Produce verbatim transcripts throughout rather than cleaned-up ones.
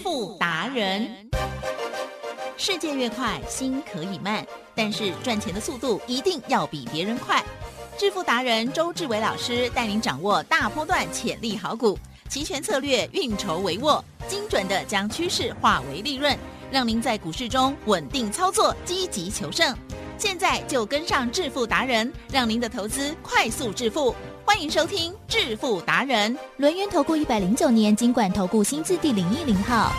富达人。世界越快，心可以慢，但是赚钱的速度一定要比别人快。致富达人周志伟老师带您掌握大波段潜力好股，期权策略运筹帷幄，精准的将趋势化为利润，让您在股市中稳定操作，积极求胜。现在就跟上致富达人，让您的投资快速致富。欢迎收听致富达人。 轮源投顾一百零九年金管投顾新字第零一零号。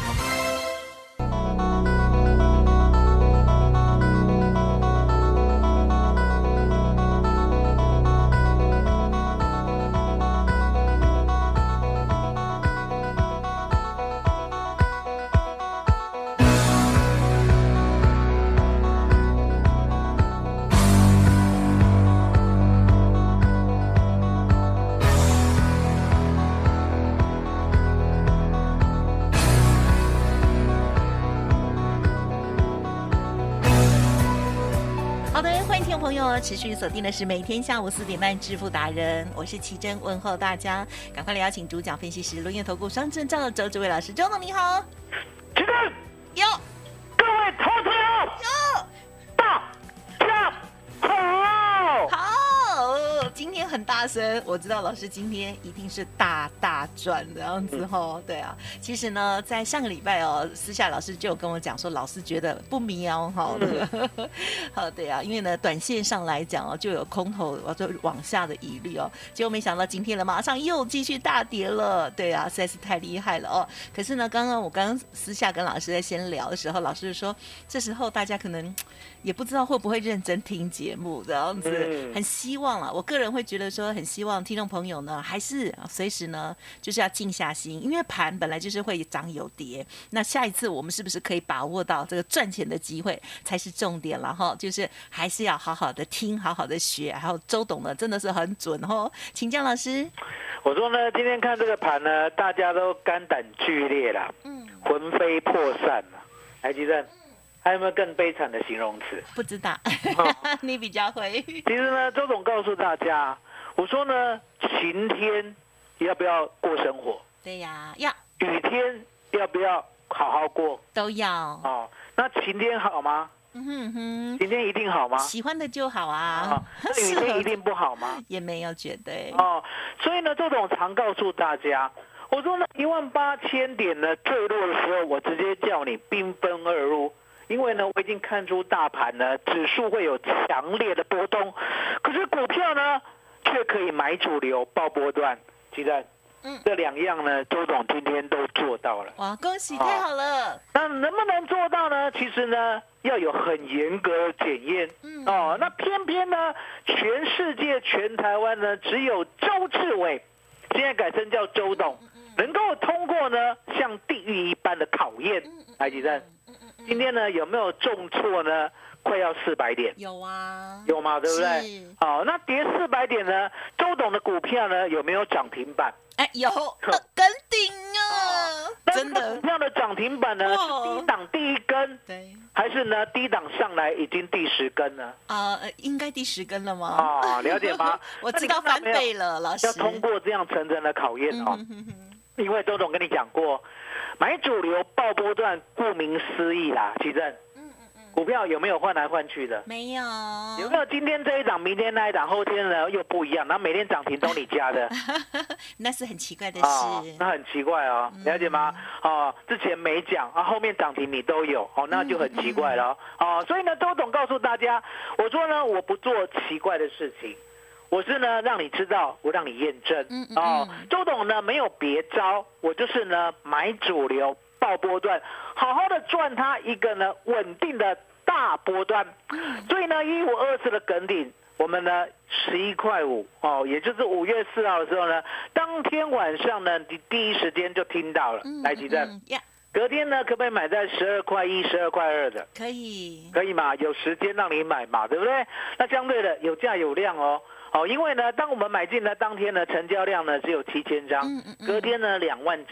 持续锁定的是每天下午四点半致富达人，我是奇珍，问候大家，赶快来邀请主讲分析师轮源投顾双证照的周志伟老师。周总你好。 奇珍有， 各位投资友有， 大家好。 好，今天很大声，我知道老师今天一定是大大赚这样子吼、嗯。对啊，其实呢，在上个礼拜哦，私下老师就有跟我讲说，老师觉得不妙哈。嗯、好，对啊，因为呢，短线上来讲哦，就有空头就往下的疑虑哦，结果没想到今天了，马上又继续大跌了。对啊，实在是太厉害了哦。可是呢，刚刚我刚刚私下跟老师在先聊的时候，老师就说，这时候大家可能也不知道会不会认真听节目这样子，嗯、很希望啦，我个人会觉得说，很希望听众朋友呢，还是随时呢，就是要静下心，因为盘本来就是会涨有跌。那下一次我们是不是可以把握到这个赚钱的机会，才是重点了哈。就是还是要好好的听，好好的学。还有周董呢，真的是很准哦，请教老师。 我说呢，今天看这个盘呢，大家都肝胆俱裂了，嗯，魂飞魄散了。来，吉正。还有没有更悲惨的形容词？ 不知道，哦、你比较会。 其实呢，周总告诉大家，我说呢，晴天要不要过生活？ 对呀，要。 雨天要不要好好过？ 都要。 哦，那晴天好吗？ 嗯哼哼， 晴天一定好吗？ 喜欢的就好啊。 哦、那雨天一定不好吗？ 也没有觉得。 哦，所以呢，周总常告诉大家，我说呢，一万八千点呢坠落的时候，我直接叫你兵分二路。因为呢，我已经看出大盘呢指数会有强烈的波动，可是股票呢却可以买主流报波段。鸡蛋，嗯，这两样呢，周总今天都做到了。 哇，恭喜，太好了！ 哦、那能不能做到呢？其实呢，要有很严格的检验。嗯，哦，那偏偏呢，全世界、全台湾呢，只有周志伟，现在改成叫周董，能够通过呢像地狱一般的考验。来，鸡蛋。今天呢有没有重挫呢？快要四百点， 有啊， 有嘛，对不对？好，那跌四百点呢？周董的股票呢有没有涨停板？ 哎，有，呃、跟顶啊！哦、真的， 股票的涨停板呢是低档第一根，对，还是呢低档上来已经第十根呢？ 啊、呃，应该第十根了吗？ 啊、哦，了解吗？ 我知道翻倍了，老师要通过这样层层的考验哦。嗯哼哼，因为周董跟你讲过。买主流报波段，顾名思义啦，奇正。嗯嗯嗯。股票有没有换来换去的？ 没有。 有没有今天这一档，明天那一档，后天呢又不一样？然后每天涨停都你家的？ 那是很奇怪的事。哦、 那很奇怪哦，了解吗？哦，之前没讲啊，后面涨停你都有，哦，那就很奇怪了。哦，所以呢，周董告诉大家，我说呢，我不做奇怪的事情。我是呢，让你知道，我让你验证。嗯嗯哦，周董呢没有别招，我就是呢买主流报波段，好好的赚它一个呢稳定的大波段。所以呢，一五二四的梗顶，我们呢十一块五哦，也就是五月四号的时候呢，当天晚上呢，你第一时间就听到了。来，吉正。嗯嗯隔天呢，可不可以买在十二块一、十二块二的？ 可以， 可以嘛？有时间让你买嘛，对不对？那相对的有价有量哦。哦，因为呢，当我们买进呢，当天呢，成交量呢只有七千张，隔天呢两万张，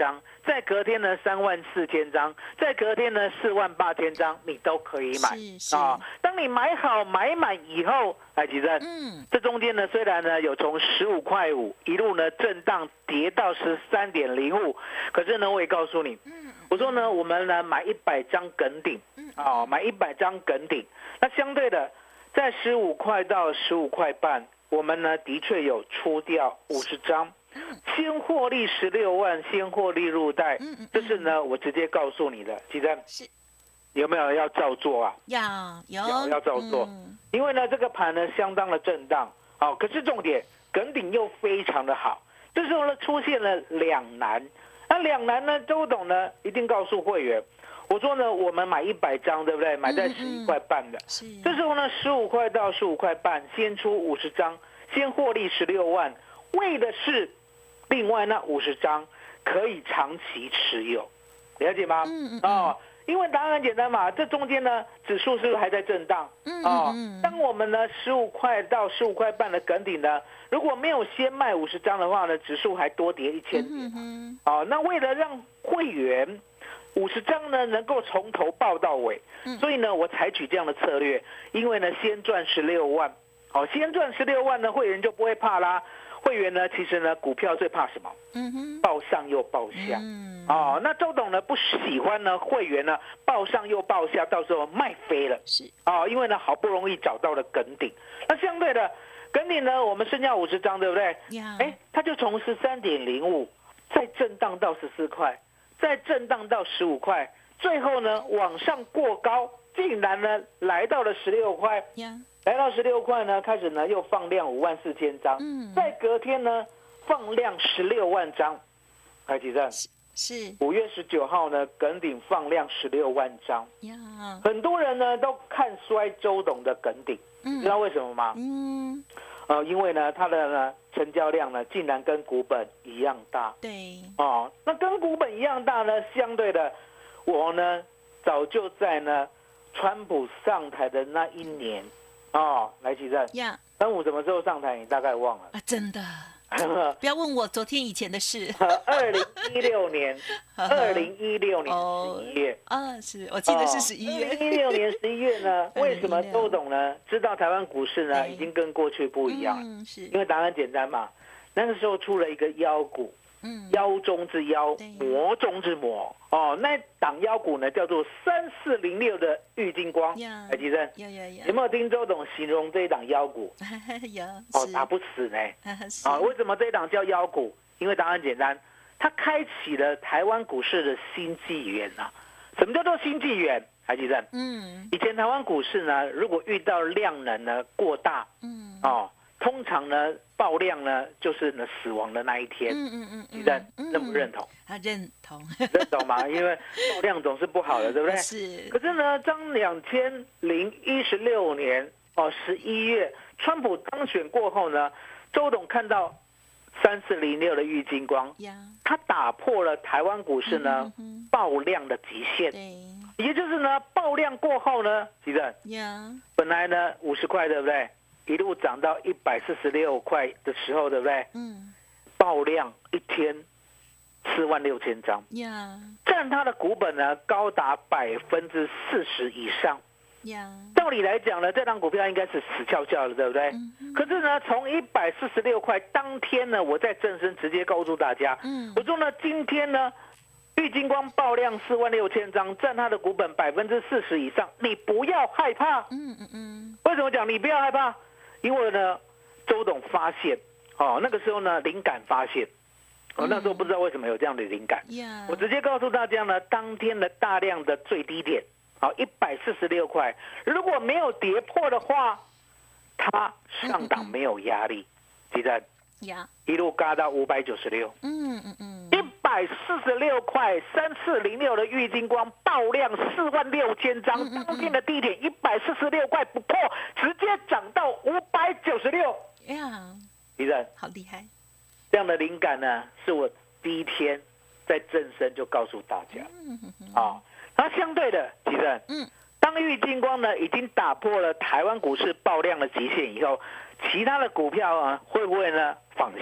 在隔天呢三万四千张，在隔天呢四万八千张，你都可以买啊。当你买好买满以后，来吉珍，嗯，这中间呢虽然呢有从十五块五一路呢震荡跌到十三点零五，可是呢我也告诉你，我说呢我们呢买一百张梗顶，啊，买一百张梗顶，那相对的在十五块到十五块半，我们呢的确有出掉五十张。先获利十六万，先获利入袋，这是呢，我直接告诉你的，吉珍，是有没有要照做啊？ 要有要要照做，嗯、因为呢这个盘呢相当的震荡，好、哦，可是重点梗顶又非常的好，这时候呢出现了两难，那两难呢，周董呢一定告诉会员，我说呢我们买一百张，对不对？买在十一块半的，嗯嗯这时候呢十五块到十五块半，先出五十张，先获利十六万，为的是。另外那五十张可以长期持有，了解吗？嗯嗯哦，因为答案很简单嘛，这中间呢指数是不是还在震荡？嗯哦，当我们呢十五块到十五块半的梗顶呢，如果没有先卖五十张的话呢，指数还多跌一千点。嗯哦，那为了让会员五十张呢能够从头报到尾，所以呢我采取这样的策略，因为呢先赚十六万，好、哦，先赚十六万呢，会员就不会怕啦。会员呢，其实呢，股票最怕什么？嗯哼，报上又报下。嗯，哦，那周董呢不喜欢呢，会员呢报上又报下，到时候卖飞了。是，哦，因为呢好不容易找到了梗顶，那相对的梗顶呢，我们剩下五十张，对不对？哎，它就从十三点零五，再震荡到十四块，再震荡到十五块，最后呢往上过高，竟然呢来到了十六块。来到十六块呢，开始呢又放量五万四千张，嗯，在隔天呢放量十六万张，来几站？是五月十九号呢，梗顶放量十六万张，呀，很多人呢都看衰周董的梗顶，嗯，知道为什么吗？嗯，呃，因为呢它的呢成交量呢竟然跟股本一样大，对，哦，那跟股本一样大呢，相对的，我呢早就在呢川普上台的那一年。哦，来奇正，呀，川普什么时候上台？你大概忘了啊？真的，不要问我昨天以前的事。 二零一六年，二零一六年十一月啊，是我记得是十一月。 二零一六年十一月呢？为什么周董呢知道台湾股市呢已经跟过去不一样？嗯，是因为答案简单嘛，那个时候出了一个妖股。嗯，妖中之妖，魔中之魔哦。那档妖股呢，叫做三四零六的玉金光。哎，吉生，有没有听周董形容这一档妖股？有。哦，打不死呢。啊，为什么这一档叫妖股？因为答案简单，它开启了台湾股市的新纪元啊。什么叫做新纪元？海吉生，嗯，以前台湾股市呢，如果遇到量能呢过大，嗯，哦。通常呢，爆量呢就是呢死亡的那一天。嗯嗯嗯，你认认不认同？ 啊，认同， 认同嘛？因为爆量总是不好的，对不对？是。可是呢，当两千零一十六年哦十一月，川普当选过后呢，周董看到三四零六的玉金光，他打破了台湾股市呢爆量的极限。对。也就是呢，爆量过后呢，其实本来呢五十块，对不对？一路涨到一百四十六块的时候，对不对？嗯。爆量一天四万六千张，呀，占它的股本呢高达百分之四十以上，呀。道理来讲呢，这档股票应该是死翘翘的，对不对？嗯。可是呢，从一百四十六块当天呢，我在正声直接告诉大家，嗯，我说呢，今天呢，玉金光爆量四万六千张，占它的股本百分之四十以上，你不要害怕。嗯嗯嗯。为什么讲你不要害怕？因为呢，周董发现，哦，那个时候呢，灵感发现，我、哦、那时候不知道为什么有这样的灵感， yeah. 我直接告诉大家呢，当天的大量的最低点，好、哦，一百四十六块，如果没有跌破的话，它上档没有压力，记得，呀，一路嘎到五百九十六，嗯嗯嗯，一百四十六块，三四零六的玉金光爆量四万六千张，当天的低点一百四十六块不破，直接涨到五百九十六，呀，李人， 好厉害！ 这样的灵感呢，是我第一天在正声就告诉大家，啊，那相对的，李人，嗯，当玉金光呢已经打破了台湾股市爆量的极限以后，其他的股票啊会不会呢仿效？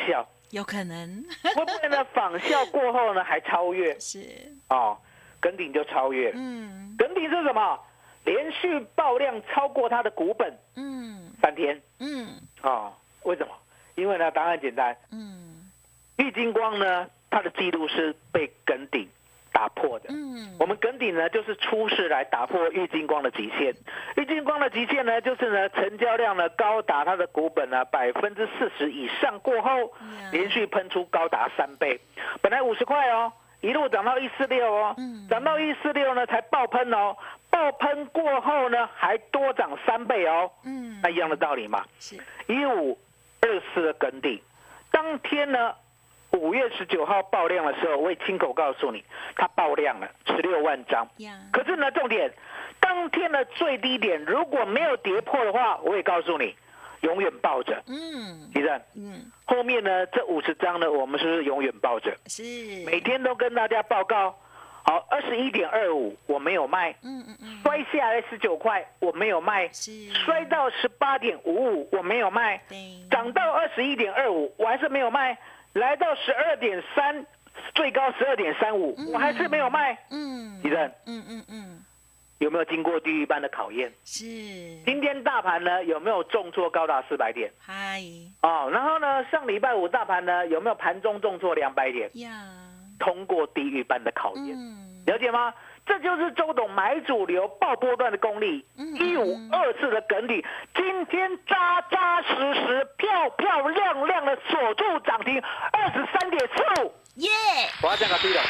有可能会不会呢？仿效过后呢，还超越？ 是哦，耿鼎就超越。 嗯耿鼎是什么？连续爆量超过它的股本嗯三天。 嗯哦，为什么？因为呢，答案简单。 嗯玉晶光呢，它的记录是被耿鼎打破的。 嗯， 我们耿鼎呢，就是出世来打破玉晶光的极限。玉晶光的极限呢，就是呢，成交量呢高达它的股本呢百分之四十以上过后，连续喷出高达三倍。本来五十块哦，一路涨到一四六哦，涨到一四六呢才爆喷哦，爆喷过后呢还多涨三倍哦。嗯，那一样的道理嘛。 是一五二四的耿鼎，当天呢。五月十九号爆量的时候，我也亲口告诉你，它爆量了十六万张。可是呢，重点，当天的最低点如果没有跌破的话，我也告诉你，永远抱着。嗯，地震。嗯，后面呢，这五十张呢，我们是不是永远抱着？ 是， 每天都跟大家报告。好，二十一点二五我没有卖。嗯嗯嗯，摔下来十九块我没有卖。是，摔到十八点五五我没有卖。涨到二十一点二五我还是没有卖。来到十二点三，最高十二点三五，我还是没有卖。嗯，地震。嗯嗯嗯，有没有经过地狱般的考验？ 是。 今天大盘呢有没有重挫高达四百点？ 嗨。 哦，然后呢，上礼拜五大盘呢有没有盘中重挫两百点？ 呀。 通过地狱般的考验， 嗯， 了解吗？这就是周董买主流爆波段的功力。一五二四的耿鼎，今天扎扎实实、漂漂亮亮的锁住涨停二十三点四五。 耶！ 我要降个 B 了。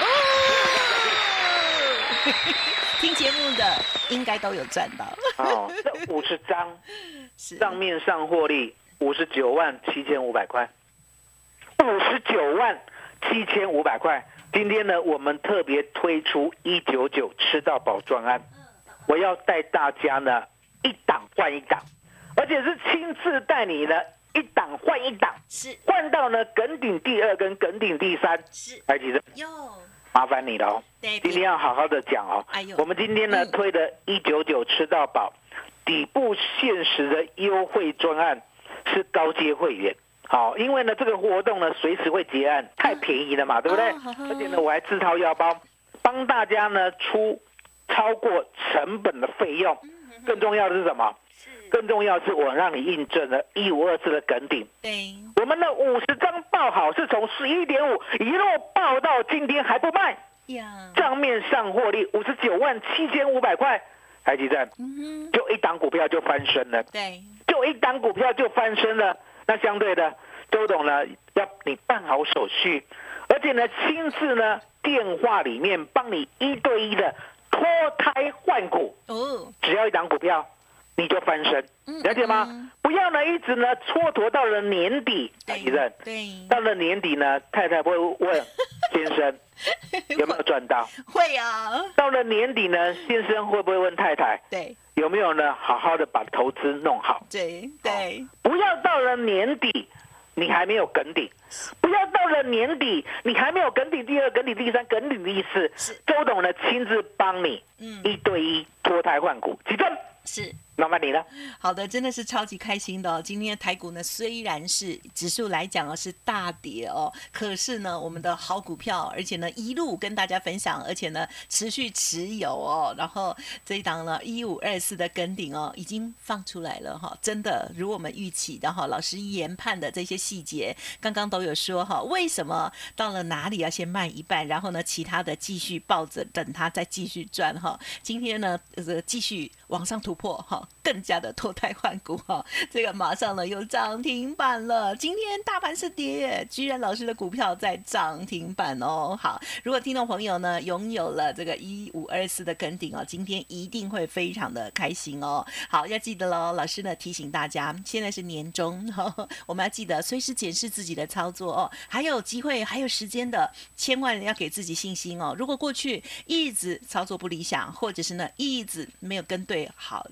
听节目的应该都有赚到。 哦，这五十张，账面上获利五十九万七千五百块，五十九万七千五百块。今天呢，我们特别推出一九九吃到饱专案，我要带大家呢一档换一档，而且是亲自带你呢一档换一档， 是换到呢耿鼎第二跟耿鼎第三， 是来几个？ 哟， 麻烦你了哦，今天要好好的讲哦。 哎呦， 我们今天呢、嗯、推的一九九吃到饱底部限时的优惠专案是高阶会员。好，因为呢，这个活动呢随时会结案，太便宜了嘛，对不对？而且呢，我还自掏腰包，帮大家呢出超过成本的费用。更重要的是什么？更重要的是我让你印证了一五二四的耿鼎。 对， 我们的五十张报好是从十一点五一路报到今天还不卖，账面上获利五十九万七千五百块。台积电，嗯、就一档股票就翻身了。 对， 就一档股票就翻身了。那相对的，周董呢要你办好手续，而且呢亲自呢电话里面帮你一对一的脱胎换骨。哦，只要一档股票你就翻身，了解吗？嗯嗯、不要呢一直呢蹉跎到了年底，医生，对，到了年底呢太太会问先生有没有赚到？ 会啊。 到了年底呢，先生会不会问太太？ 对。 有没有呢？好好的把投资弄好。 对对、哦， 不要到了年底你还没有耿鼎，不要到了年底你还没有耿鼎第二、耿鼎第三、耿鼎第四。周董呢亲自帮你，嗯，一对一脱胎换骨，几针？ 是。 麻烦你了。 好的，真的是超级开心的哦。今天的台股呢，虽然是指数来讲哦是大跌哦，可是呢，我们的好股票，而且呢一路跟大家分享，而且呢持续持有哦。然后这一档呢一五二四的耿鼎哦，已经放出来了哈、哦，真的如我们预期的哈、哦，老师研判的这些细节，刚刚都有说哈、哦，为什么到了哪里要先卖一半，然后呢其他的继续抱着等它再继续赚哈、哦。今天呢呃继续往上突破哈。哦更加的脱胎换骨哈，这个马上呢有涨停板了。今天大盘是跌，居然老师的股票在涨停板哦。好，如果听众朋友呢拥有了这个一五二四的耿鼎哦，今天一定会非常的开心哦。好，要记得喽，老师呢提醒大家，现在是年终，呵呵我们要记得随时检视自己的操作哦，还有机会，还有时间的，千万要给自己信心哦。如果过去一直操作不理想，或者是呢一直没有跟对好适合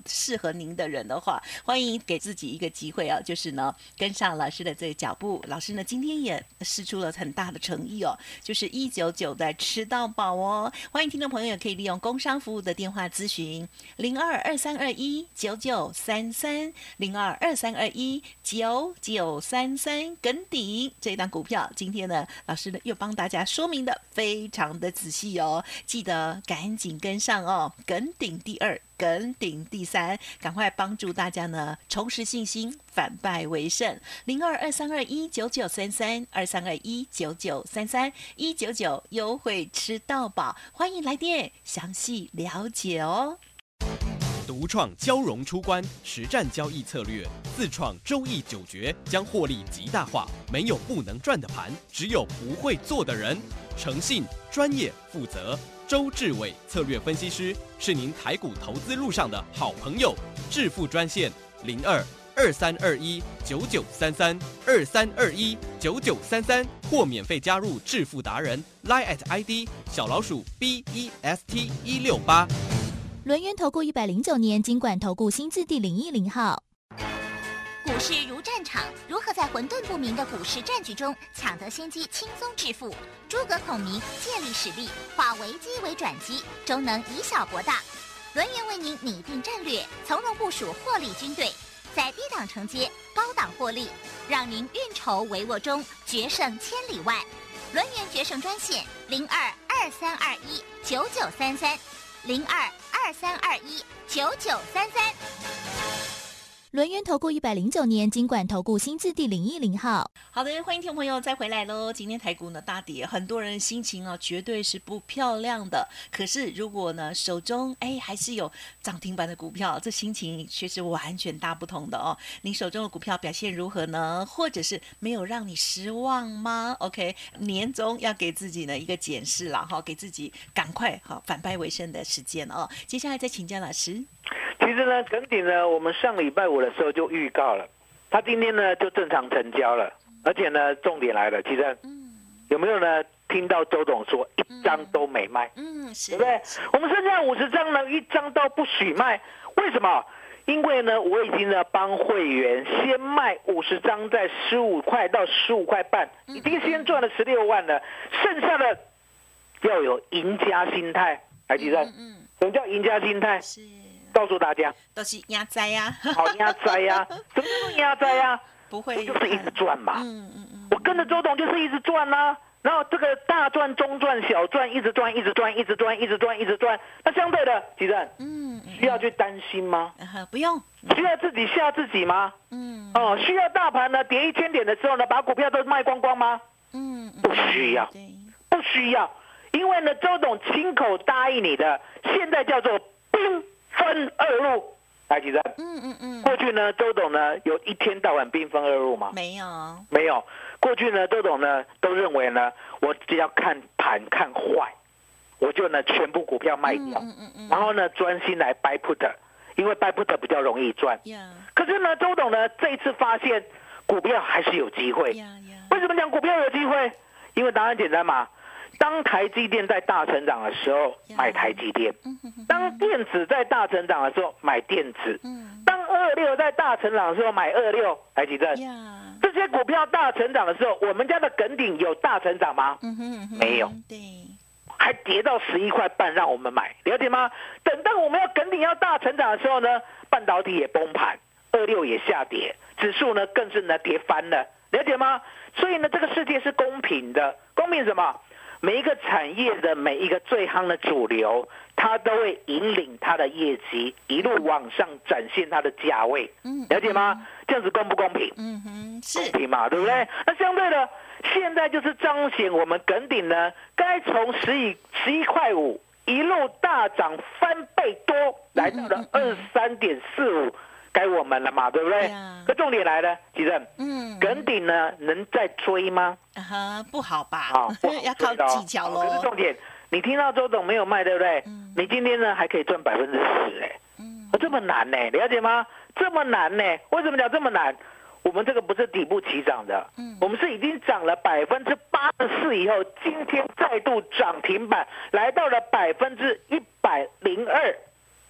合您的人的话，欢迎给自己一个机会啊，就是呢跟上老师的这个脚步。老师呢今天也释出了很大的诚意哦，就是一九九的吃到饱哦。欢迎听众朋友也可以利用工商服务的电话咨询零二二三二一九九三三零二二三二一九九三三。耿鼎这一档股票，今天呢老师呢又帮大家说明的非常的仔细哦，记得赶紧跟上哦。耿鼎第二，耿鼎第三，赶快帮助大家呢重拾信心，反败为胜。零二二三二一九九三三二三二一九九三三一九九优惠吃到饱，欢迎来电详细了解哦。 独创交融出关实战交易策略，自创周易九诀，将获利极大化。没有不能赚的盘，只有不会做的人。诚信、专业、负责。周志伟策略分析师是您台股投资路上的好朋友。致富专线零二二三二一九九三三二三二一九九三三，或免费加入致富达人 Line at I D 小老鼠 B E S T 一六八。 轮源投顾一百零九年金管投顾新字第零一零号。 股市如战场，如何在混沌不明的股市战局中抢得先机，轻松致富？诸葛孔明借力使力，化危机为转机，终能以小博大。轮源为您拟定战略，从容部署获利军队，在低档承接，高档获利，让您运筹帷幄中决胜千里外。轮源决胜专线零二二三二一九九三三零二二三二一九九三三。 轮源投顾一百零九年金管投顾新字第零一零号。 好的，欢迎听众朋友再回来喽。今天台股呢大跌，很多人心情啊绝对是不漂亮的。可是如果呢手中哎还是有涨停板的股票，这心情却是完全大不同的哦。您手中的股票表现如何呢？或者是没有让你失望吗 ？OK， 年终要给自己呢一个检视啦，哈，给自己赶快哈反败为胜的时间哦。接下来再请教老师。 其实呢，耿鼎呢，我们上礼拜五的时候就预告了，他今天呢就正常成交了，而且呢，重点来了，其实有没有呢？听到周董说一张都没卖， 嗯，是， 对不对？我们剩下五十张呢，一张都不许卖，为什么？因为呢，我已经呢帮会员先卖五十张，在十五块到十五块半，已经先赚了十六万了，剩下的要有赢家心态，来，其实什么叫赢家心态？ 是。 告诉大家， 都是压灾呀， 好压灾呀，什么叫做压灾呀？ 不会， 我就是一直赚嘛。 嗯嗯嗯， 我跟着周董就是一直赚啦、啊，然后这个大赚、中赚、小赚，一直赚，一直赚，一直赚，一直赚，一直赚。那相对的，吉正，嗯，需要去担心吗？ 啊，不用。 需要自己吓自己吗？ 嗯。 哦，需要大盘呢跌一千点的时候呢，把股票都卖光光吗？嗯，不需要，不需要，因为呢，周董亲口答应你的，现在叫做兵分二路，来，吉正。嗯嗯嗯。过去呢，周董呢有一天到晚兵分二路吗？ 没有， 没有。过去呢，周董呢都认为呢，我只要看盘看坏，我就呢全部股票卖掉，嗯嗯嗯然后呢专心来 buy put， 因为 buy put 比较容易赚。Yeah. 可是呢，周董呢这一次发现股票还是有机会。Yeah, yeah. 为什么讲股票有机会？因为答案简单嘛。当台积电在大成长的时候，买台积电；当电子在大成长的时候，买电子；当二六在大成长的时候，买二六。来，吉正，这些股票大成长的时候，我们家的耿鼎有大成长吗？没有，对，还跌到十一块半，让我们买，了解吗？等到我们要耿鼎要大成长的时候呢，半导体也崩盘，二六也下跌，指数呢更是呢跌翻了，了解吗？所以呢，这个世界是公平的，公平什么？每一个产业的每一个最夯的主流，它都会引领它的业绩一路往上展现它的价位，了解吗？这样子公不公平？嗯哼，是公平嘛，对不对？那相对的，现在就是彰显我们耿鼎呢，该从十一十一块五一路大涨翻倍多，来到了二十三点四五。该我们了嘛，对不对？可重点来了，吉正，嗯，耿鼎呢能再追吗？ 啊哈，不好吧？啊，要靠技巧喽。 可是重点，你听到周董没有卖，对不对？嗯，你今天呢还可以赚百分之十，哎，嗯，这么难呢？了解吗？这么难呢？为什么讲这么难？我们这个不是底部起涨的，嗯，我们是已经涨了百分之八十四以后，今天再度涨停板，来到了百分之一百零二。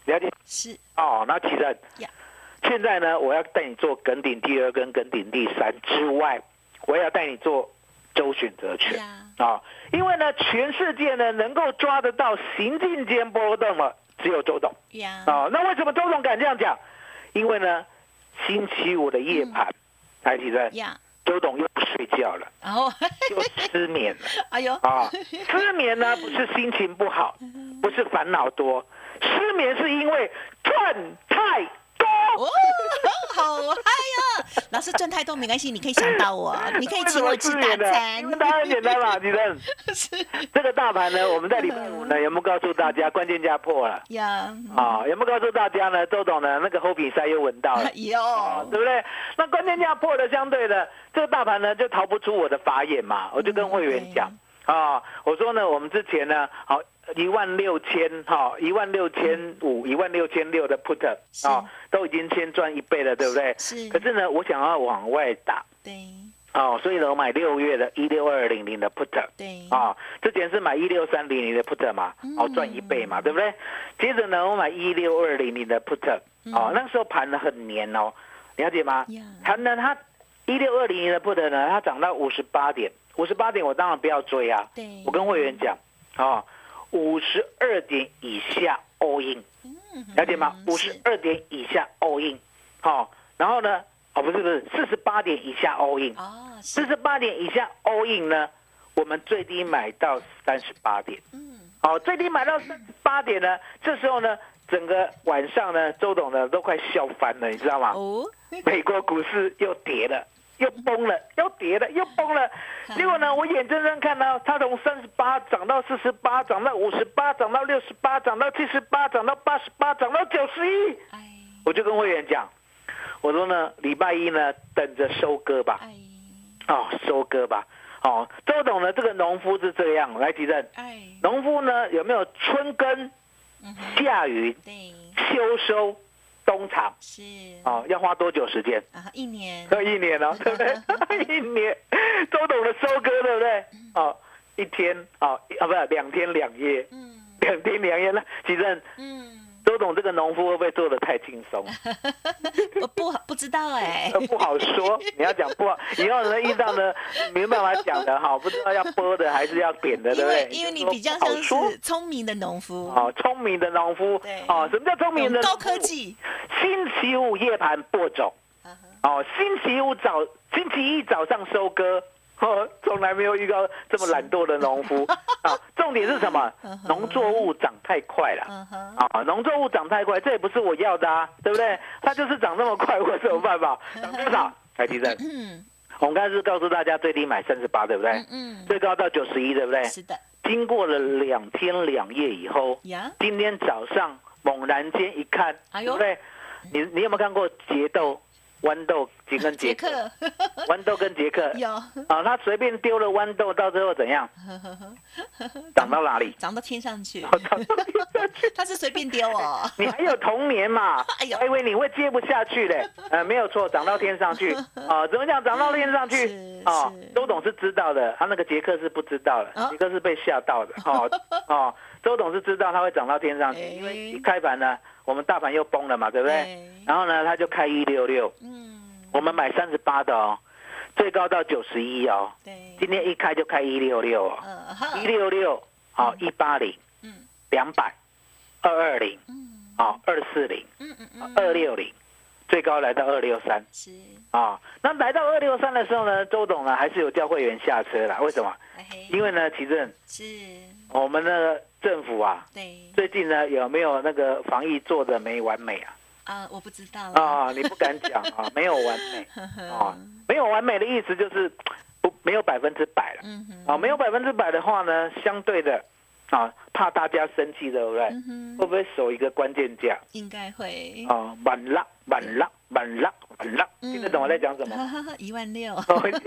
了解是哦。那其实呀现在呢，我要带你做耿鼎第二跟耿鼎第三之外，我也要带你做周选择权呀啊、哦，因为呢，全世界呢能够抓得到行进间波动了，只有周董呀啊、哦。那为什么周董敢这样讲？因为呢，星期五的夜盘，台积电， 呀， 周董又不睡觉了， 然后又失眠了。 哎呦啊，失眠呢不是心情不好，不是烦恼多，失眠是因为赚太多。 哦，好嗨呀！老师赚太多没关系，你可以想到我，你可以请我吃大餐。 因为答案很简单嘛，你认。 是这个大盘呢，我们在礼拜五呢有没有告诉大家关键价破了？ 呀， 啊，有没有告诉大家呢？周董呢那个后比赛又闻到了， 有， 对不对？那关键价破的，相对的这个大盘呢就逃不出我的法眼嘛，我就跟会员讲啊，我说呢我们之前呢好。一万六千哈，一万六千五，一万六千六的 put 啊，都已经先赚一倍了，对不对？ 是。 可是呢，我想要往外打， 对。 哦，所以呢，我买六月的一六二零零的 put， 对。 啊，之前是买一六三零零的 put 嘛，哦，赚一倍嘛，对不对？接着呢，我买一六二零零的 put， 哦，那时候盘呢很黏哦，了解吗？盘呢，它一六二零零的 put 呢，它涨到五十八点，五十八点我当然不要追啊， 对。 我跟会员讲，啊。五十二点以下 all in， 了解吗？五十二点以下 all in， 好、哦，然后呢，哦不是不是，四十八点以下 all in， 哦，四十八点以下 all in 呢，我们最低买到三十八点，嗯，好、哦，最低买到三十八点呢，这时候呢，整个晚上呢，周董呢都快笑翻了，你知道吗？哦，美国股市又跌了。又崩了，又跌了，又崩了。结果呢，我眼睁睁看到它从三十八涨到四十八，涨到五十八，涨到六十八，涨到七十八，涨到八十八，涨到九十一。我就跟会员讲，我说呢，礼拜一呢，等着收割吧。哦，收割吧。哦，周董呢，这个农夫是这样，来提振。农夫呢，有没有春耕、夏耘、秋收？冬藏是哦，要花多久时间啊？一年， 要一年哦，对不对？一年，周董的收割，对不对？哦，一天哦，啊，不是两天两夜，嗯，两天两夜，那其实，嗯，周董这个农夫会不会做得太轻松？ 我不不知道哎、 欸，不好说。你要讲不好，以后呢遇到呢没办法讲的哈，不知道要拨的还是要扁的，对不对？ 因为你比较像是聪明的农夫， 哦，聪明的农夫， 对， 哦，什么叫聪明的？ 高科技。 星期五夜盘播种，哦，星期五早，星期一早上收割。哦，从来没有遇到这么懒惰的农夫啊！重点是什么？农作物长太快了啊！农作物长太快，这也不是我要的啊，对不对？它就是长那么快，我有什么办法？涨多少？台积电，我们刚才是告诉大家最低买三十八，对不对？嗯。最高到九十一，对不对？ 是的。 经过了两天两夜以后，今天早上猛然间一看，对不对？你你有没有看过节豆？豌豆几跟杰克，豌豆跟杰克有啊，他随便丢了豌豆，到最后怎样？长到哪里？ 长到天上去。 哦、长到天上去， 他是随便丢哦。 你还有童年嘛？哎呦，我以为你会接不下去嘞。呃，没有错，长到天上去啊？怎么讲？长到天上去啊？周董是知道的，他那个杰克是不知道的，杰克是被吓到的。哦哦，周董是知道他会长到天上去，因为一开盘呢。我们大盘又崩了嘛，对不对？然后呢，他就开一六六，嗯，我们买三十八的哦，最高到九十一哦，对，今天一开就开一六六哦，一六六，好一八零，嗯，两百，二二零，嗯，好二四零，嗯嗯嗯，二六零，最高来到二六三，是啊，那来到二六三的时候呢，周董呢还是有叫会员下车啦，为什么？因为呢，其实是我们的政府啊，对，最近呢有没有那个防疫做的没完美啊？ 啊，我不知道啊，你不敢讲啊，没有完美啊，没有完美的意思就是不没有百分之百了，嗯、啊，没有百分之百的话呢，相对的啊，怕大家生气，对不对？嗯、会不会守一个关键价？ 应该会啊，满拉满拉满拉满拉，听得懂我在讲什么？ 一万六。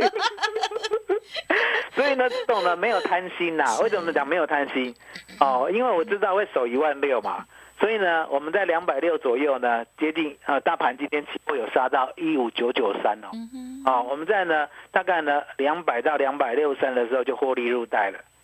所以呢，这种呢没有贪心呐、啊。为什么讲没有贪心？哦，因为我知道会守一万六嘛，所以呢，我们在两百六左右呢，接近呃大盘今天起步有杀到一五九九三哦。哦，我们在呢大概呢两百到两百六三的时候就获利入袋了。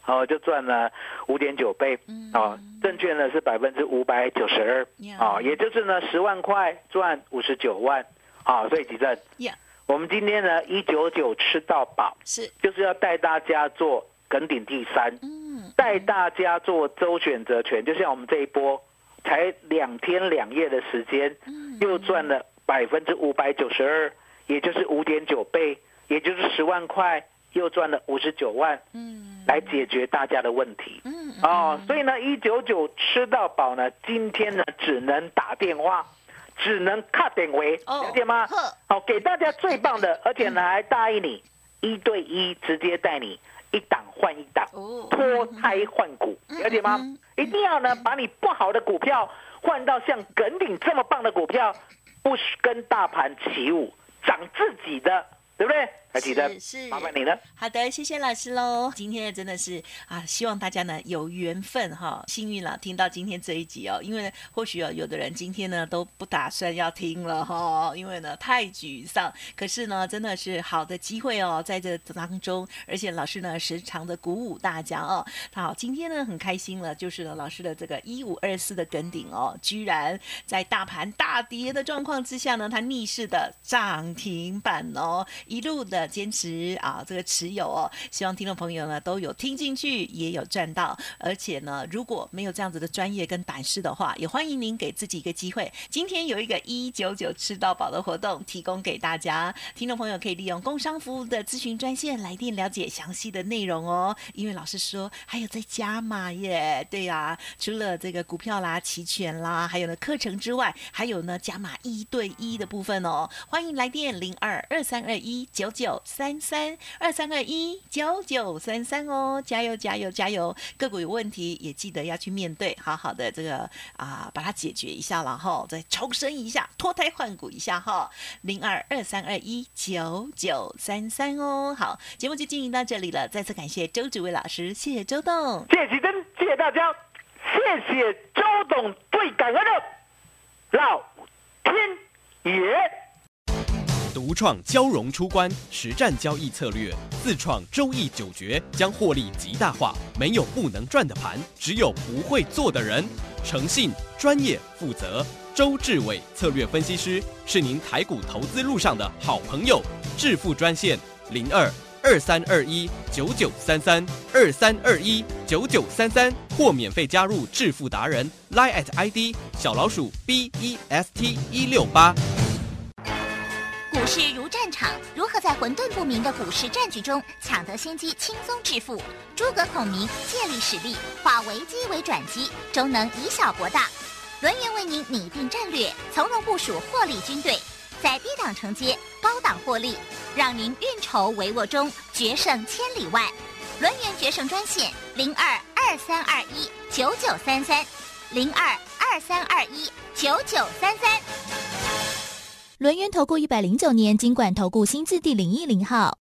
哦，就赚了五点九倍，哦，证券呢是百分之五百九十二，哦，也就是呢十万块赚五十九万，啊，所以吉正，我们今天呢一九九吃到饱， 是就是要带大家做耿鼎第三，带大家做周选择权，就像我们这一波才两天两夜的时间，又赚了百分之五百九十二，也就是五点九倍，也就是十万块，又赚了五十九万，来解决大家的问题。哦，所以呢，一九九吃到饱呢，今天呢只能打电话，只能卡点位，了解吗？好，给大家最棒的，而且呢还答应你一对一直接带你一档换一档，脱胎换骨，了解吗？一定要呢把你不好的股票换到像耿鼎这么棒的股票，不跟大盘起舞，涨自己的，对不对？还记得？是，麻烦你了。 好的，谢谢老师喽。今天真的是啊，希望大家呢有缘分哈，幸运了听到今天这一集哦。因为呢，或许哦，有的人今天呢都不打算要听了哈，因为呢太沮丧。可是呢，真的是好的机会哦，在这当中，而且老师呢时常的鼓舞大家哦。好，今天呢很开心了，就是呢老师的这个一五二四的耿鼎哦，居然在大盘大跌的状况之下呢，它逆势的涨停板哦，一路的坚持啊，这个持有哦，希望听众朋友呢都有听进去，也有赚到。而且呢，如果没有这样子的专业跟胆识的话，也欢迎您给自己一个机会。今天有一个一九九吃到饱的活动提供给大家，听众朋友可以利用工商服务的咨询专线来电了解详细的内容哦。因为老师说还有在加码耶，对啊，除了这个股票啦、期权啦，还有呢课程之外，还有呢加码一对一的部分哦。欢迎来电零二二三二一九九三三二三二一九九三三哦，加油加油加油！个股有问题也记得要去面对，好好的这个啊把它解决一下，然后再重生一下，脱胎换骨一下哈。零二二三二一九九三三哦。好，节目就进行到这里了，再次感谢周志伟老师，谢谢周董， 谢谢奇珍，谢谢大家，谢谢周董最感恩的老天爷。 独创交融出关实战交易策略，自创周易九诀，将获利极大化。没有不能赚的盘，只有不会做的人。诚信、专业、负责，周志伟策略分析师是您台股投资路上的好朋友。致富专线零二二三二一九九三三二三二一九九三三，或免费加入致富达人 Line at I D 小老鼠 B E S T 一六八。 股市如战场，如何在混沌不明的股市战局中抢得先机，轻松致富？诸葛孔明借力使力，化危机为转机，终能以小博大。轮源为您拟定战略，从容部署获利军队，在低档承接，高档获利，让您运筹帷幄中决胜千里外。轮源决胜专线零二二三二一九九三三零二二三二一九九三三。 轮源投顾一百零九年金管投顾新字第零一零号。